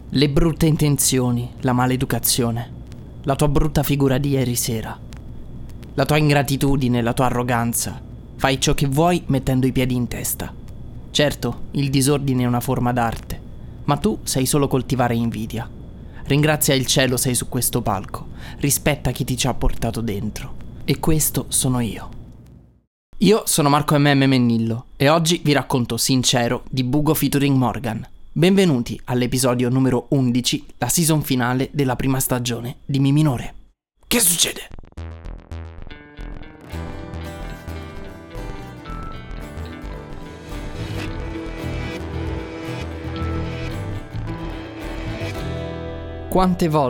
Le brutte intenzioni, la maleducazione, la tua brutta figura di ieri sera, la tua ingratitudine, la tua arroganza. Fai ciò che vuoi mettendo i piedi in testa. Certo, il disordine è una forma d'arte, ma tu sai solo coltivare invidia. Ringrazia il cielo sei su questo palco, rispetta chi ti ci ha portato dentro. E questo sono io. Io sono Marco M.M. Mennillo e oggi vi racconto Sincero di Bugo featuring Morgan. Benvenuti all'episodio numero 11, la season finale della prima stagione di Mi Minore. Che succede? Quante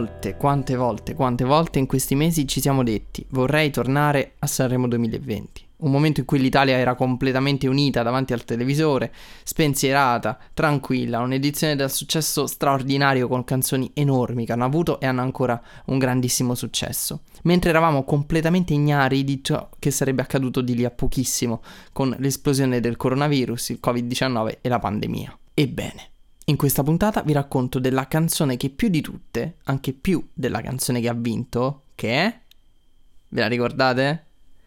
volte in questi mesi ci siamo detti vorrei tornare a Sanremo 2020. Un momento in cui l'Italia era completamente unita davanti al televisore, spensierata, tranquilla, un'edizione dal successo straordinario con canzoni enormi che hanno avuto e hanno ancora un grandissimo successo. Mentre eravamo completamente ignari di ciò che sarebbe accaduto di lì a pochissimo con l'esplosione del coronavirus, il Covid-19 e la pandemia. Ebbene, in questa puntata vi racconto della canzone che più di tutte, anche più della canzone che ha vinto, che è? Ve la ricordate?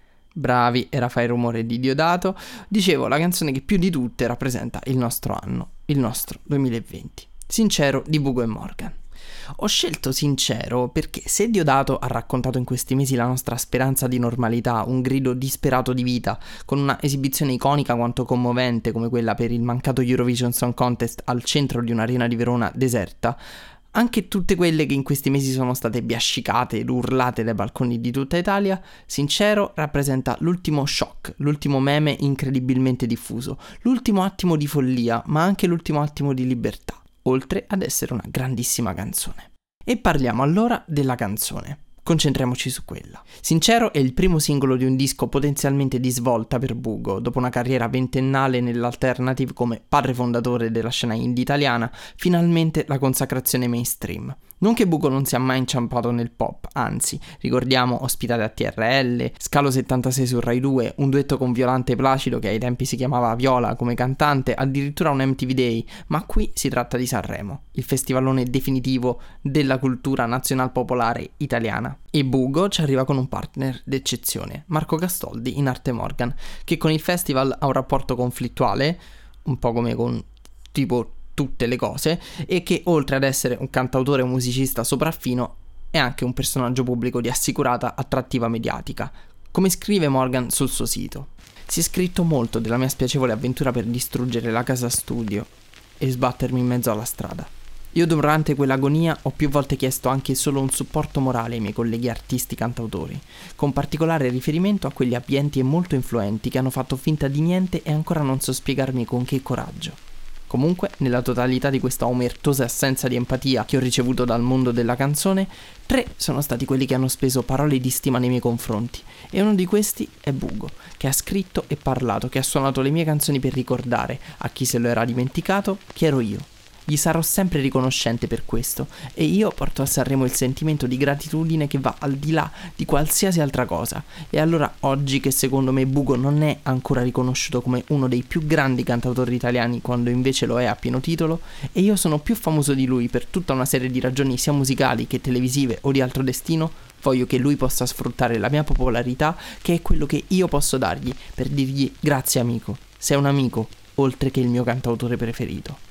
Bravi, era Fai rumore di Diodato. Dicevo, la canzone che più di tutte rappresenta il nostro anno, il nostro 2020. Sincero di Bugo e Morgan. Ho scelto Sincero perché se Diodato ha raccontato in questi mesi la nostra speranza di normalità, un grido disperato di vita, con una esibizione iconica quanto commovente come quella per il mancato Eurovision Song Contest al centro di un'arena di Verona deserta, anche tutte quelle che in questi mesi sono state biascicate ed urlate dai balconi di tutta Italia, Sincero rappresenta l'ultimo shock, l'ultimo meme incredibilmente diffuso, l'ultimo attimo di follia, ma anche l'ultimo attimo di libertà, oltre ad essere una grandissima canzone. E parliamo allora della canzone. Concentriamoci su quella. Sincero è il primo singolo di un disco potenzialmente di svolta per Bugo, dopo una carriera ventennale nell'alternative come padre fondatore della scena indie italiana, finalmente la consacrazione mainstream. Non che Bugo non sia mai inciampato nel pop, anzi, ricordiamo ospitate a TRL, Scalo 76 su Rai 2, un duetto con Violante Placido che ai tempi si chiamava Viola come cantante, addirittura un MTV Day, ma qui si tratta di Sanremo, il festivalone definitivo della cultura nazional popolare italiana. E Bugo ci arriva con un partner d'eccezione, Marco Gastoldi in arte Morgan, che con il festival ha un rapporto conflittuale, un po' come con tipo tutte le cose, e che oltre ad essere un cantautore e un musicista sopraffino è anche un personaggio pubblico di assicurata attrattiva mediatica, come scrive Morgan sul suo sito. Si è scritto molto della mia spiacevole avventura per distruggere la casa studio e sbattermi in mezzo alla strada. Io durante quell'agonia ho più volte chiesto anche solo un supporto morale ai miei colleghi artisti cantautori, con particolare riferimento a quegli abbienti e molto influenti che hanno fatto finta di niente e ancora non so spiegarmi con che coraggio. Comunque, nella totalità di questa omertosa assenza di empatia che ho ricevuto dal mondo della canzone, 3 sono stati quelli che hanno speso parole di stima nei miei confronti, e uno di questi è Bugo, che ha scritto e parlato, che ha suonato le mie canzoni per ricordare, a chi se lo era dimenticato, chi ero io. Gli sarò sempre riconoscente per questo, e io porto a Sanremo il sentimento di gratitudine che va al di là di qualsiasi altra cosa. E allora oggi che secondo me Bugo non è ancora riconosciuto come uno dei più grandi cantautori italiani, quando invece lo è a pieno titolo, e io sono più famoso di lui per tutta una serie di ragioni sia musicali che televisive o di altro destino, voglio che lui possa sfruttare la mia popolarità, che è quello che io posso dargli, per dirgli grazie amico, sei un amico, oltre che il mio cantautore preferito.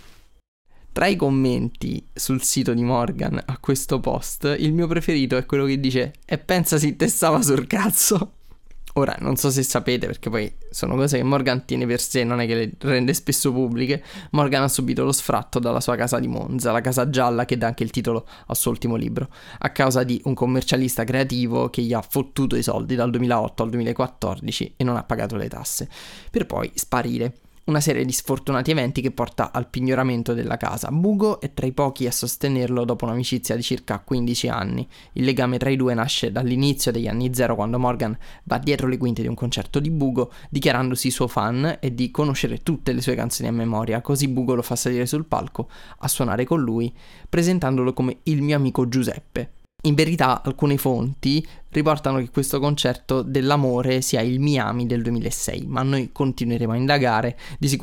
Tra i commenti sul sito di Morgan a questo post, il mio preferito è quello che dice "E pensa si te stava sul cazzo". Ora, non so se sapete, perché poi sono cose che Morgan tiene per sé, non è che le rende spesso pubbliche. Morgan ha subito lo sfratto dalla sua casa di Monza, la casa gialla che dà anche il titolo al suo ultimo libro, a causa di un commercialista creativo che gli ha fottuto i soldi dal 2008 al 2014 e non ha pagato le tasse, per poi sparire. Una serie di sfortunati eventi che porta al pignoramento della casa. Bugo è tra i pochi a sostenerlo dopo un'amicizia di circa 15 anni. Il legame tra i due nasce dall'inizio degli anni zero, quando Morgan va dietro le quinte di un concerto di Bugo, dichiarandosi suo fan e di conoscere tutte le sue canzoni a memoria. Così Bugo lo fa salire sul palco a suonare con lui, presentandolo come il mio amico Giuseppe. In verità alcune fonti riportano che questo concerto dell'amore sia il Miami del 2006, ma noi continueremo a indagare, di sicuro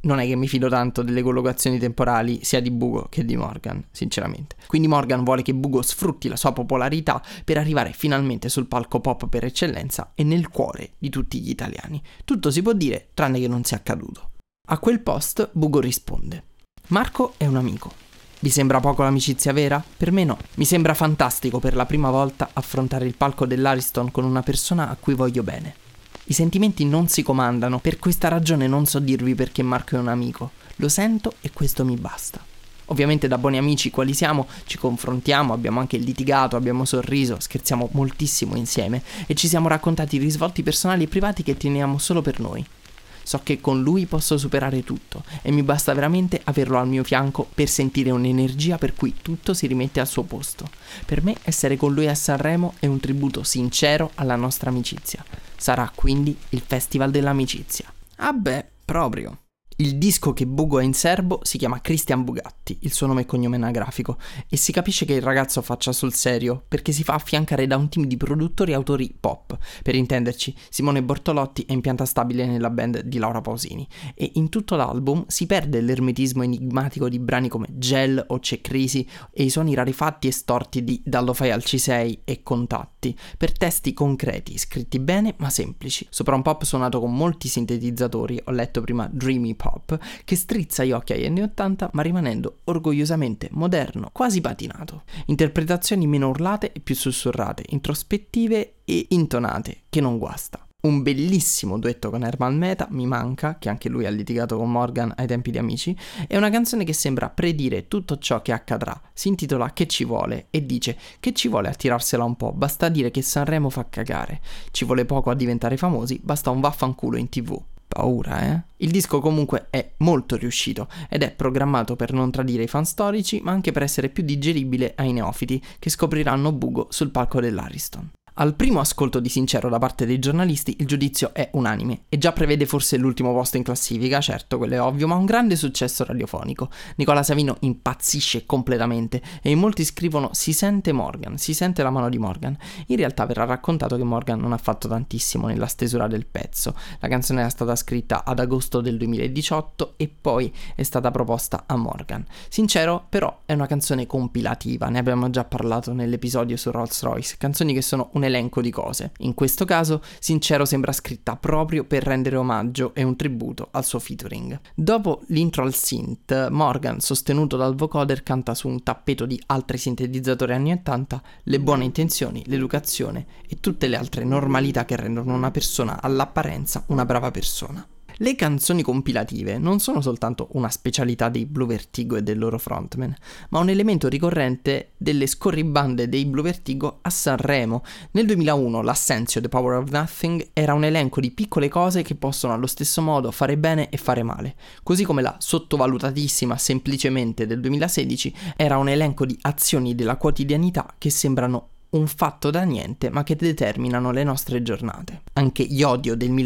non è che mi fido tanto delle collocazioni temporali sia di Bugo che di Morgan, sinceramente. Quindi Morgan vuole che Bugo sfrutti la sua popolarità per arrivare finalmente sul palco pop per eccellenza e nel cuore di tutti gli italiani. Tutto si può dire, tranne che non sia accaduto. A quel post Bugo risponde: Marco è un amico. Vi sembra poco l'amicizia vera? Per me no. Mi sembra fantastico per la prima volta affrontare il palco dell'Ariston con una persona a cui voglio bene. I sentimenti non si comandano, per questa ragione non so dirvi perché Marco è un amico. Lo sento e questo mi basta. Ovviamente da buoni amici quali siamo ci confrontiamo, abbiamo anche litigato, abbiamo sorriso, scherziamo moltissimo insieme e ci siamo raccontati risvolti personali e privati che teniamo solo per noi. So che con lui posso superare tutto e mi basta veramente averlo al mio fianco per sentire un'energia per cui tutto si rimette al suo posto. Per me essere con lui a Sanremo è un tributo sincero alla nostra amicizia. Sarà quindi il Festival dell'Amicizia. Ah beh, proprio. Il disco che Bugo ha in serbo si chiama Christian Bugatti, il suo nome e cognome anagrafico, e si capisce che il ragazzo faccia sul serio perché si fa affiancare da un team di produttori e autori pop. Per intenderci, Simone Bortolotti è in pianta stabile nella band di Laura Pausini e in tutto l'album si perde l'ermetismo enigmatico di brani come Gel o C'è Crisi e i suoni rarefatti e storti di Dallo fai al C6 e Contatti, per testi concreti, scritti bene ma semplici, sopra un pop suonato con molti sintetizzatori, ho letto prima Dreamy Pop, che strizza gli occhi agli anni 80 ma rimanendo orgogliosamente moderno, quasi patinato. Interpretazioni meno urlate e più sussurrate, introspettive e intonate, che non guasta. Un bellissimo duetto con Herman Meta, Mi manca, che anche lui ha litigato con Morgan ai tempi di Amici, è una canzone che sembra predire tutto ciò che accadrà. Si intitola Che ci vuole e dice: che ci vuole a tirarsela un po', basta dire che Sanremo fa cagare. Ci vuole poco a diventare famosi, basta un vaffanculo in TV. Paura, eh? Il disco comunque è molto riuscito ed è programmato per non tradire i fan storici, ma anche per essere più digeribile ai neofiti che scopriranno Bugo sul palco dell'Ariston. Al primo ascolto di Sincero da parte dei giornalisti il giudizio è unanime e già prevede forse l'ultimo posto in classifica, certo, quello è ovvio, ma un grande successo radiofonico. Nicola Savino impazzisce completamente e in molti scrivono: si sente Morgan, si sente la mano di Morgan. In realtà verrà raccontato che Morgan non ha fatto tantissimo nella stesura del pezzo. La canzone era stata scritta ad agosto del 2018 e poi è stata proposta a Morgan. Sincero però è una canzone compilativa, ne abbiamo già parlato nell'episodio su Rolls Royce, canzoni che sono un elenco di cose. In questo caso Sincero sembra scritta proprio per rendere omaggio e un tributo al suo featuring. Dopo l'intro al synth, Morgan, sostenuto dal vocoder, canta su un tappeto di altri sintetizzatori anni 80 le buone intenzioni, l'educazione e tutte le altre normalità che rendono una persona all'apparenza una brava persona. Le canzoni compilative non sono soltanto una specialità dei Blue Vertigo e del loro frontman, ma un elemento ricorrente delle scorribande dei Blue Vertigo a Sanremo. Nel 2001 l'Assenzio The Power of Nothing era un elenco di piccole cose che possono allo stesso modo fare bene e fare male, così come la sottovalutatissima Semplicemente del 2016 era un elenco di azioni della quotidianità che sembrano un fatto da niente ma che determinano le nostre giornate. Anche Iodio del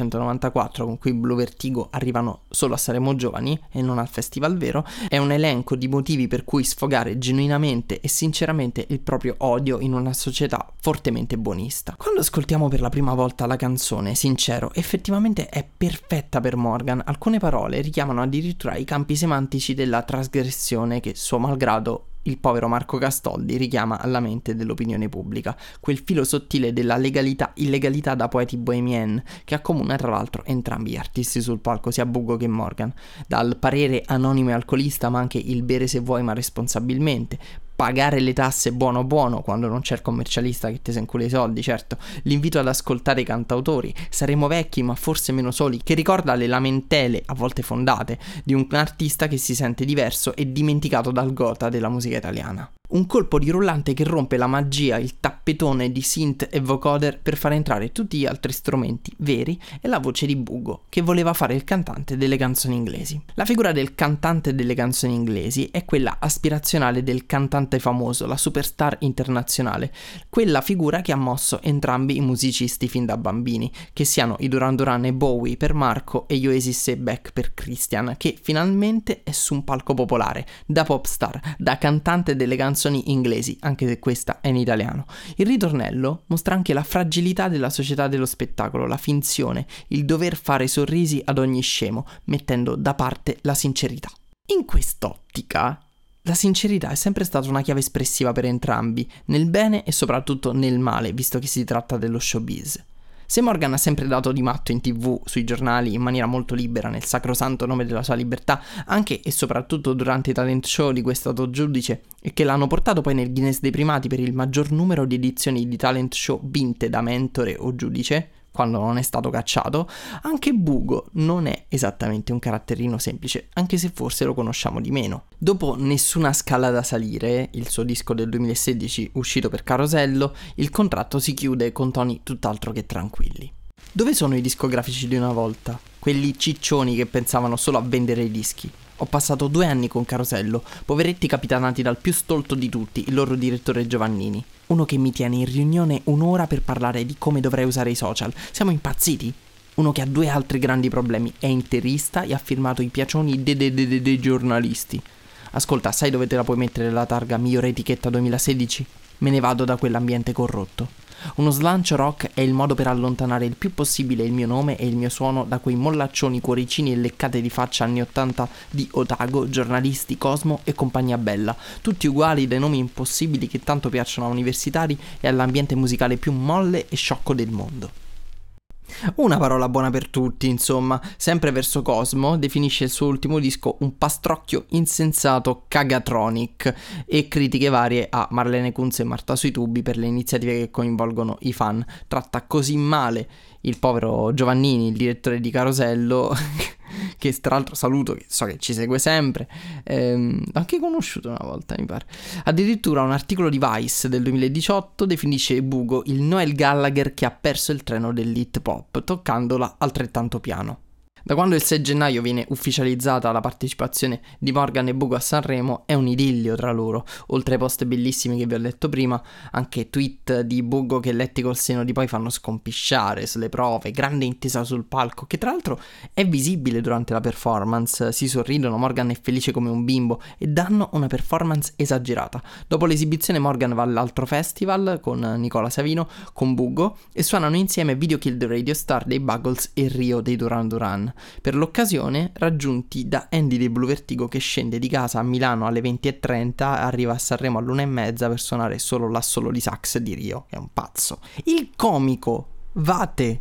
1994, con cui Blue Vertigo arrivano solo a Saremo Giovani e non al festival vero, è un elenco di motivi per cui sfogare genuinamente e sinceramente il proprio odio in una società fortemente buonista. Quando ascoltiamo per la prima volta la canzone Sincero, effettivamente è perfetta per Morgan. Alcune parole richiamano addirittura i campi semantici della trasgressione che, suo malgrado, il povero Marco Castoldi richiama alla mente dell'opinione pubblica, quel filo sottile della legalità-illegalità da poeti bohemien che accomuna tra l'altro entrambi gli artisti sul palco, sia Bugo che Morgan, dal parere anonimo e alcolista ma anche il bere se vuoi ma responsabilmente, pagare le tasse buono buono quando non c'è il commercialista che ti se incula i soldi, certo, l'invito ad ascoltare i cantautori, saremo vecchi ma forse meno soli, che ricorda le lamentele, a volte fondate, di un artista che si sente diverso e dimenticato dal gotha della musica italiana. Un colpo di rullante che rompe la magia, il tappetone di synth e vocoder per far entrare tutti gli altri strumenti veri e la voce di Bugo, che voleva fare il cantante delle canzoni inglesi. La figura del cantante delle canzoni inglesi è quella aspirazionale del cantante famoso, la superstar internazionale, quella figura che ha mosso entrambi i musicisti fin da bambini, che siano i Duran Duran e Bowie per Marco e gli Oasis e Beck per Christian, che finalmente è su un palco popolare, da pop star, da cantante delle canzoni canzoni inglesi, anche se questa è in italiano. Il ritornello mostra anche la fragilità della società dello spettacolo, la finzione, il dover fare sorrisi ad ogni scemo, mettendo da parte la sincerità. In quest'ottica, la sincerità è sempre stata una chiave espressiva per entrambi, nel bene e soprattutto nel male, visto che si tratta dello showbiz. Se Morgan ha sempre dato di matto in TV, sui giornali, in maniera molto libera, nel sacrosanto nome della sua libertà, anche e soprattutto durante i talent show di cui è stato giudice e che l'hanno portato poi nel Guinness dei primati per il maggior numero di edizioni di talent show vinte da mentore o giudice, quando non è stato cacciato, anche Bugo non è esattamente un caratterino semplice, anche se forse lo conosciamo di meno. Dopo Nessuna scala da salire, il suo disco del 2016 uscito per Carosello, il contratto si chiude con toni tutt'altro che tranquilli. Dove sono i discografici di una volta? Quelli ciccioni che pensavano solo a vendere i dischi. Ho passato 2 anni con Carosello, poveretti capitanati dal più stolto di tutti, il loro direttore Giovannini. Uno che mi tiene in riunione un'ora per parlare di come dovrei usare i social. Siamo impazziti? Uno che ha 2 altri grandi problemi, è interista e ha firmato i piacioni dei giornalisti. Ascolta, sai dove te la puoi mettere la targa migliore etichetta 2016? Me ne vado da quell'ambiente corrotto. Uno slancio rock è il modo per allontanare il più possibile il mio nome e il mio suono da quei mollaccioni, cuoricini e leccate di faccia anni 80 di Otago, giornalisti, Cosmo e compagnia bella, tutti uguali dai nomi impossibili che tanto piacciono a universitari e all'ambiente musicale più molle e sciocco del mondo. Una parola buona per tutti, insomma, sempre verso Cosmo, definisce il suo ultimo disco un pastrocchio insensato cagatronic e critiche varie a Marlene Kunz e Marta sui tubi per le iniziative che coinvolgono i fan. Tratta così male il povero Giovannini, il direttore di Carosello, che tra l'altro saluto, che so che ci segue sempre, anche conosciuto una volta mi pare. Addirittura un articolo di Vice del 2018 definisce Bugo il Noel Gallagher che ha perso il treno dell'hip hop, toccandola altrettanto piano. Da quando il 6 gennaio viene ufficializzata la partecipazione di Morgan e Bugo a Sanremo è un idillio tra loro, oltre ai post bellissimi che vi ho letto prima, anche tweet di Bugo che letti col seno di poi fanno scompisciare sulle prove, grande intesa sul palco, che tra l'altro è visibile durante la performance, si sorridono, Morgan è felice come un bimbo e danno una performance esagerata. Dopo l'esibizione Morgan va all'altro festival con Nicola Savino, con Bugo e suonano insieme Video Kill the Radio Star dei Buggles e Rio dei Duran Duran. Per l'occasione raggiunti da Andy dei Blue Vertigo che scende di casa a Milano alle 20:30 e arriva a Sanremo all'1:30 per suonare solo l'assolo di sax di Rio, che è un pazzo. Il comico Vate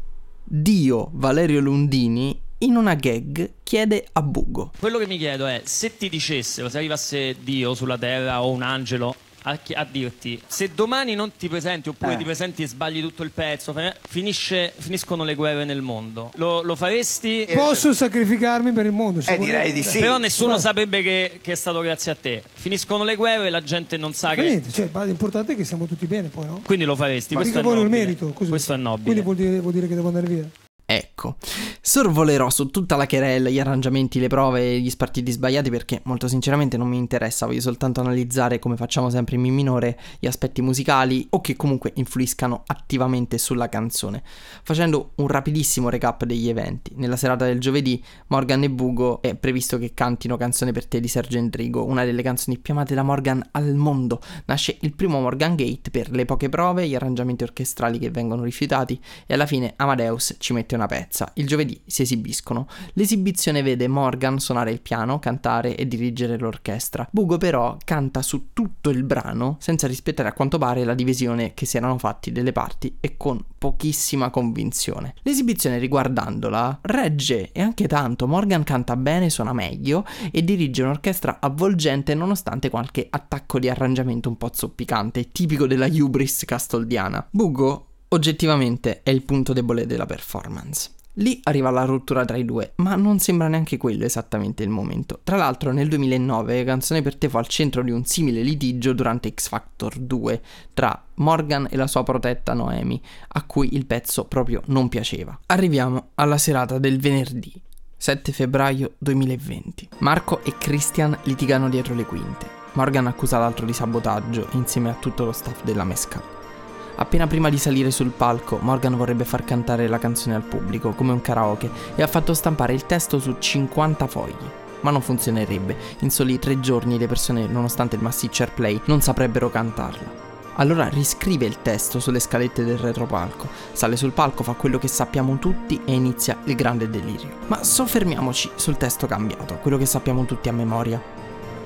Dio Valerio Lundini in una gag chiede a Bugo: quello che mi chiedo è, se ti dicessero, se arrivasse Dio sulla terra o un angelo a dirti, se domani non ti presenti oppure ti presenti e sbagli tutto il pezzo, finiscono le guerre nel mondo, lo faresti? Posso sacrificarmi per il mondo? Direi di sì. Però nessuno saprebbe che è stato grazie a te. Finiscono le guerre e la gente non sa che... Cioè, l'importante è che siamo tutti bene poi, no? Quindi lo faresti, Ma questo è voglio il nobile. merito, così. Questo è nobile. Quindi vuol dire che devo andare via. Ecco, sorvolerò su tutta la querela, gli arrangiamenti, le prove e gli spartiti sbagliati perché molto sinceramente non mi interessa, voglio soltanto analizzare, come facciamo sempre in Mi minore, gli aspetti musicali o che comunque influiscano attivamente sulla canzone. Facendo un rapidissimo recap degli eventi, nella serata del giovedì Morgan e Bugo è previsto che cantino Canzone per te di Sergio Endrigo, una delle canzoni più amate da Morgan al mondo. Nasce il primo Morgan Gate per le poche prove, gli arrangiamenti orchestrali che vengono rifiutati e alla fine Amadeus ci mette una pezza. Il giovedì si esibiscono. L'esibizione vede Morgan suonare il piano, cantare e dirigere l'orchestra. Bugo però canta su tutto il brano senza rispettare a quanto pare la divisione che si erano fatti delle parti e con pochissima convinzione. L'esibizione riguardandola regge e anche tanto. Morgan canta bene, suona meglio e dirige un'orchestra avvolgente nonostante qualche attacco di arrangiamento un po' zoppicante, tipico della hubris castoldiana. Bugo oggettivamente è il punto debole della performance. Lì arriva la rottura tra i due, ma non sembra neanche quello esattamente il momento. Tra l'altro nel 2009 Canzone per te fu al centro di un simile litigio durante X Factor 2 tra Morgan e la sua protetta Noemi, a cui il pezzo proprio non piaceva. Arriviamo alla serata del venerdì 7 febbraio 2020. Marco e Christian litigano dietro le quinte. Morgan accusa l'altro di sabotaggio insieme a tutto lo staff della Mescal. Appena prima di salire sul palco, Morgan vorrebbe far cantare la canzone al pubblico, come un karaoke, e ha fatto stampare il testo su 50 fogli. ma non funzionerebbe. In soli 3 giorni le persone, nonostante il massiccio airplay, non saprebbero cantarla. Allora riscrive il testo sulle scalette del retropalco, sale sul palco, fa quello che sappiamo tutti e inizia il grande delirio. Ma soffermiamoci sul testo cambiato, quello che sappiamo tutti a memoria.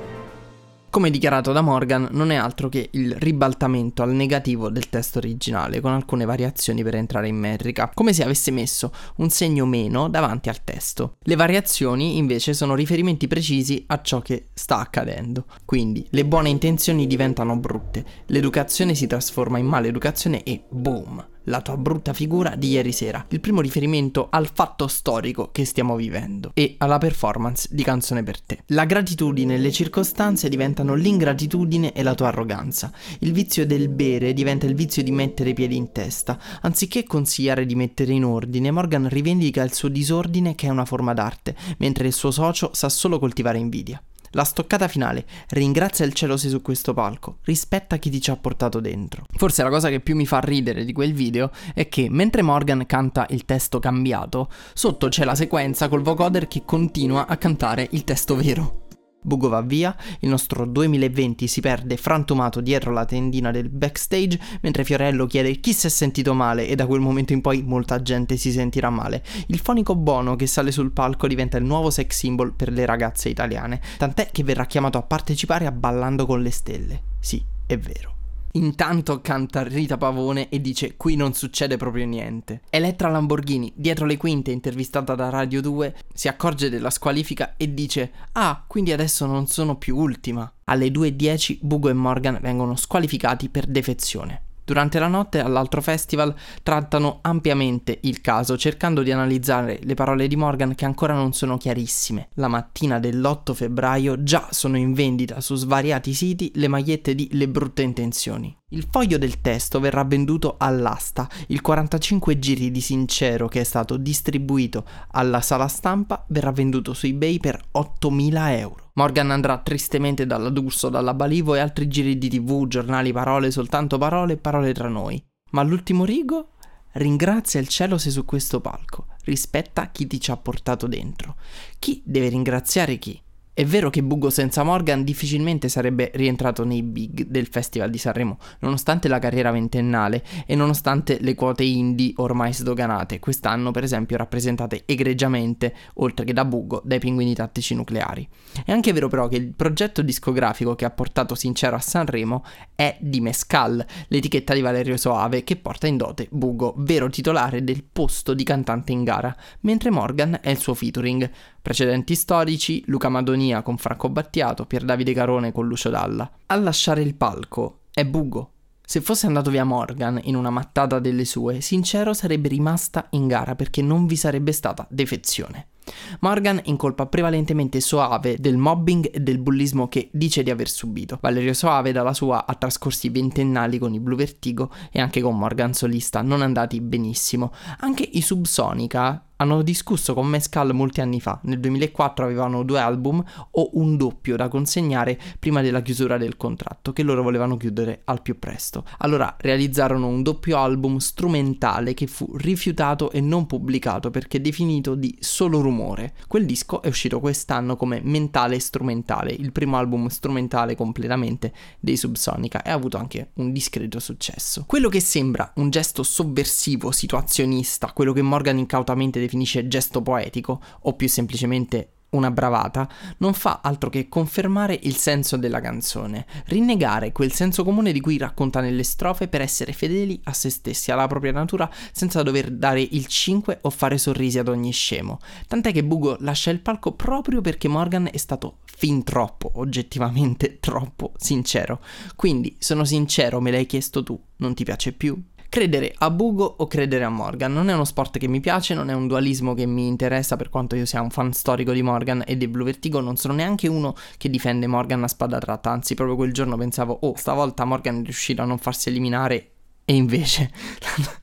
Come dichiarato da Morgan, non è altro che il ribaltamento al negativo del testo originale, con alcune variazioni per entrare in metrica, come se avesse messo un segno meno davanti al testo. Le variazioni invece sono riferimenti precisi a ciò che sta accadendo. Quindi le buone intenzioni diventano brutte, l'educazione si trasforma in maleducazione e boom! La tua brutta figura di ieri sera, il primo riferimento al fatto storico che stiamo vivendo e alla performance di Canzone per te. La gratitudine e le circostanze diventano l'ingratitudine e la tua arroganza. Il vizio del bere diventa il vizio di mettere i piedi in testa. Anziché consigliare di mettere in ordine, Morgan rivendica il suo disordine che è una forma d'arte, mentre il suo socio sa solo coltivare invidia. La stoccata finale: ringrazia il cielo sei su questo palco, rispetta chi ti ci ha portato dentro. Forse la cosa che più mi fa ridere di quel video è che mentre Morgan canta il testo cambiato, sotto c'è la sequenza col vocoder che continua a cantare il testo vero. Bugo va via, il nostro 2020 si perde frantumato dietro la tendina del backstage, mentre Fiorello chiede chi si è sentito male e da quel momento in poi molta gente si sentirà male. Il fonico Bono che sale sul palco diventa il nuovo sex symbol per le ragazze italiane, tant'è che verrà chiamato a partecipare a Ballando con le stelle. Sì, è vero. Intanto canta Rita Pavone e dice qui non succede proprio niente. Elettra Lamborghini, dietro le quinte, intervistata da Radio 2, si accorge della squalifica e dice ah, quindi adesso non sono più ultima. Alle 2:10 Bugo e Morgan vengono squalificati per defezione. Durante la notte all'altro festival trattano ampiamente il caso, cercando di analizzare le parole di Morgan che ancora non sono chiarissime. La mattina dell'8 febbraio già sono in vendita su svariati siti le magliette di Le brutte intenzioni. Il foglio del testo verrà venduto all'asta, il 45 giri di Sincero che è stato distribuito alla sala stampa verrà venduto su eBay per 8.000 euro. Morgan andrà tristemente dalla D'Urso, dalla Balivo e altri giri di TV, giornali, parole, soltanto parole e parole tra noi. Ma all'ultimo rigo? Ringrazia il cielo sei su questo palco, rispetta chi ti ci ha portato dentro. Chi deve ringraziare chi? È vero che Bugo senza Morgan difficilmente sarebbe rientrato nei big del Festival di Sanremo, nonostante la carriera ventennale e nonostante le quote indie ormai sdoganate, quest'anno per esempio rappresentate egregiamente, oltre che da Bugo, dai Pinguini Tattici Nucleari. È anche vero però che il progetto discografico che ha portato Sincero a Sanremo è di Mescal, l'etichetta di Valerio Soave che porta in dote Bugo, vero titolare del posto di cantante in gara, mentre Morgan è il suo featuring. Precedenti storici, Luca Madonia con Franco Battiato, Pier Davide Carone con Lucio Dalla. A lasciare il palco è Bugo. Se fosse andato via Morgan in una mattata delle sue, Sincero sarebbe rimasta in gara perché non vi sarebbe stata defezione. Morgan incolpa prevalentemente Soave del mobbing e del bullismo che dice di aver subito. Valerio Soave dalla sua ha trascorsi ventennali con i Blue Vertigo e anche con Morgan solista non andati benissimo. Anche i Subsonica hanno discusso con Mescal molti anni fa. Nel 2004 avevano 2 album o un doppio da consegnare prima della chiusura del contratto, che loro volevano chiudere al più presto. Allora realizzarono un doppio album strumentale che fu rifiutato e non pubblicato perché definito di solo rumore. Quel disco è uscito quest'anno come Mentale Strumentale, il primo album strumentale completamente dei Subsonica, e ha avuto anche un discreto successo. Quello che sembra un gesto sovversivo, situazionista, quello che Morgan incautamente definisce gesto poetico o più semplicemente una bravata, non fa altro che confermare il senso della canzone, rinnegare quel senso comune di cui racconta nelle strofe per essere fedeli a se stessi, alla propria natura, senza dover dare il 5 o fare sorrisi ad ogni scemo. Tant'è che Bugo lascia il palco proprio perché Morgan è stato fin troppo, oggettivamente troppo sincero. Quindi, sono sincero, me l'hai chiesto tu, non ti piace più? Credere a Bugo o credere a Morgan non è uno sport che mi piace, non è un dualismo che mi interessa, per quanto io sia un fan storico di Morgan e dei Blue Vertigo. Non sono neanche uno che difende Morgan a spada tratta, anzi proprio quel giorno pensavo stavolta Morgan riuscirà a non farsi eliminare, e invece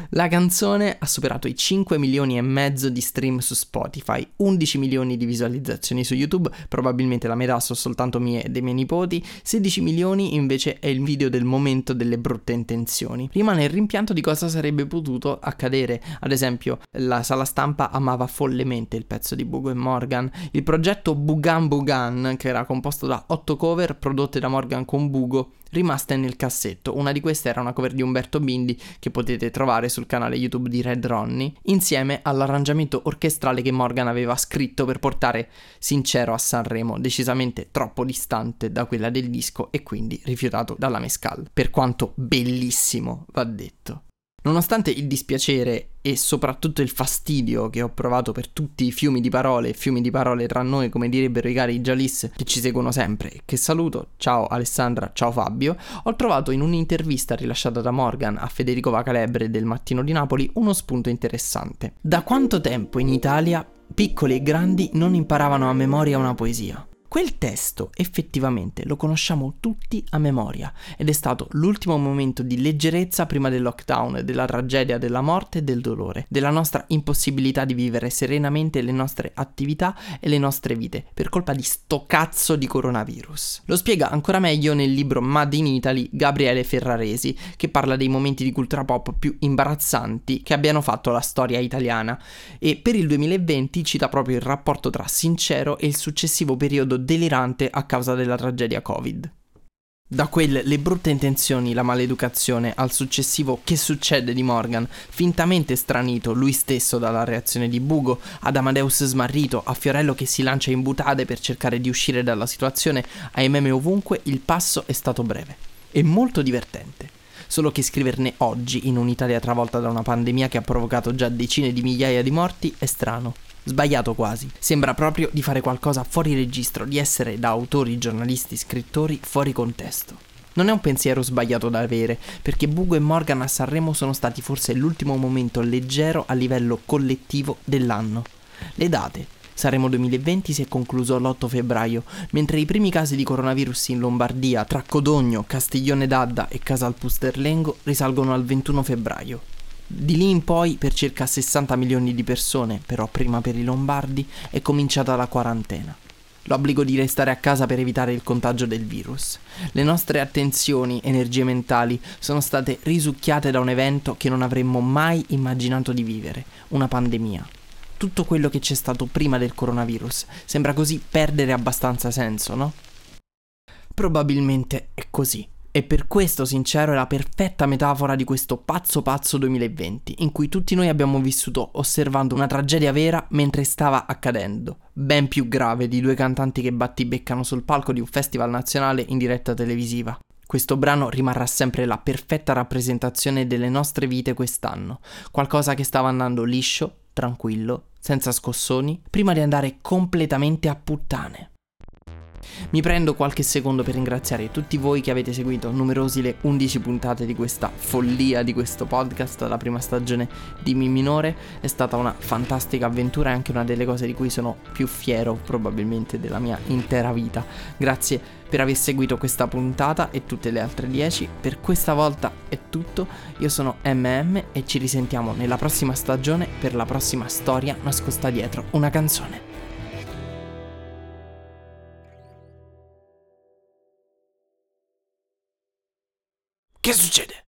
La canzone ha superato i 5 milioni e mezzo di stream su Spotify, 11 milioni di visualizzazioni su YouTube, probabilmente la metà sono soltanto mie e dei miei nipoti, 16 milioni invece è il video del momento delle brutte intenzioni. Rimane il rimpianto di cosa sarebbe potuto accadere, ad esempio la sala stampa amava follemente il pezzo di Bugo e Morgan, il progetto Bugan Bugan, che era composto da 8 cover prodotte da Morgan con Bugo, rimaste nel cassetto. Una di queste era una cover di Umberto Bindi che potete trovare sul canale YouTube di Red Ronnie, insieme all'arrangiamento orchestrale che Morgan aveva scritto per portare Sincero a Sanremo, decisamente troppo distante da quella del disco e quindi rifiutato dalla Mescal, per quanto bellissimo, va detto. Nonostante il dispiacere e soprattutto il fastidio che ho provato per tutti i fiumi di parole tra noi, come direbbero i cari Jalis che ci seguono sempre e che saluto, ciao Alessandra, ciao Fabio, ho trovato in un'intervista rilasciata da Morgan a Federico Vacalebre del Mattino di Napoli uno spunto interessante. Da quanto tempo in Italia piccoli e grandi non imparavano a memoria una poesia? Quel testo effettivamente lo conosciamo tutti a memoria ed è stato l'ultimo momento di leggerezza prima del lockdown, della tragedia, della morte e del dolore, della nostra impossibilità di vivere serenamente le nostre attività e le nostre vite per colpa di sto cazzo di coronavirus. Lo spiega ancora meglio nel libro Made in Italy Gabriele Ferraresi, che parla dei momenti di cultura pop più imbarazzanti che abbiano fatto la storia italiana e per il 2020 cita proprio il rapporto tra Sincero e il successivo periodo delirante a causa della tragedia Covid. Da quel Le brutte intenzioni, la maleducazione al successivo Che succede di Morgan, fintamente stranito lui stesso dalla reazione di Bugo, ad Amadeus smarrito, a Fiorello che si lancia in butade per cercare di uscire dalla situazione, ai meme ovunque, il passo è stato breve e molto divertente. Solo che scriverne oggi, in un'Italia travolta da una pandemia che ha provocato già decine di migliaia di morti, è strano. Sbagliato quasi. Sembra proprio di fare qualcosa fuori registro, di essere da autori, giornalisti, scrittori fuori contesto. Non è un pensiero sbagliato da avere, perché Bugo e Morgan a Sanremo sono stati forse l'ultimo momento leggero a livello collettivo dell'anno. Le date. Sanremo 2020 si è concluso l'8 febbraio, mentre i primi casi di coronavirus in Lombardia, tra Codogno, Castiglione d'Adda e Casal Pusterlengo, risalgono al 21 febbraio. Di lì in poi, per circa 60 milioni di persone, però prima per i lombardi, è cominciata la quarantena. L'obbligo di restare a casa per evitare il contagio del virus. Le nostre attenzioni, energie mentali, sono state risucchiate da un evento che non avremmo mai immaginato di vivere, una pandemia. Tutto quello che c'è stato prima del coronavirus sembra così perdere abbastanza senso, no? Probabilmente è così. E per questo Sincero è la perfetta metafora di questo pazzo 2020, in cui tutti noi abbiamo vissuto osservando una tragedia vera mentre stava accadendo, ben più grave di due cantanti che battibeccano sul palco di un festival nazionale in diretta televisiva. Questo brano rimarrà sempre la perfetta rappresentazione delle nostre vite quest'anno, qualcosa che stava andando liscio, tranquillo, senza scossoni, prima di andare completamente a puttane. Mi prendo qualche secondo per ringraziare tutti voi che avete seguito numerosi le 11 puntate di questa follia di questo podcast, la prima stagione di Mi Minore. È stata una fantastica avventura e anche una delle cose di cui sono più fiero probabilmente della mia intera vita. Grazie per aver seguito questa puntata e tutte le altre 10. Per questa volta è tutto, io sono MM e ci risentiamo nella prossima stagione per la prossima storia nascosta dietro una canzone. Che succede?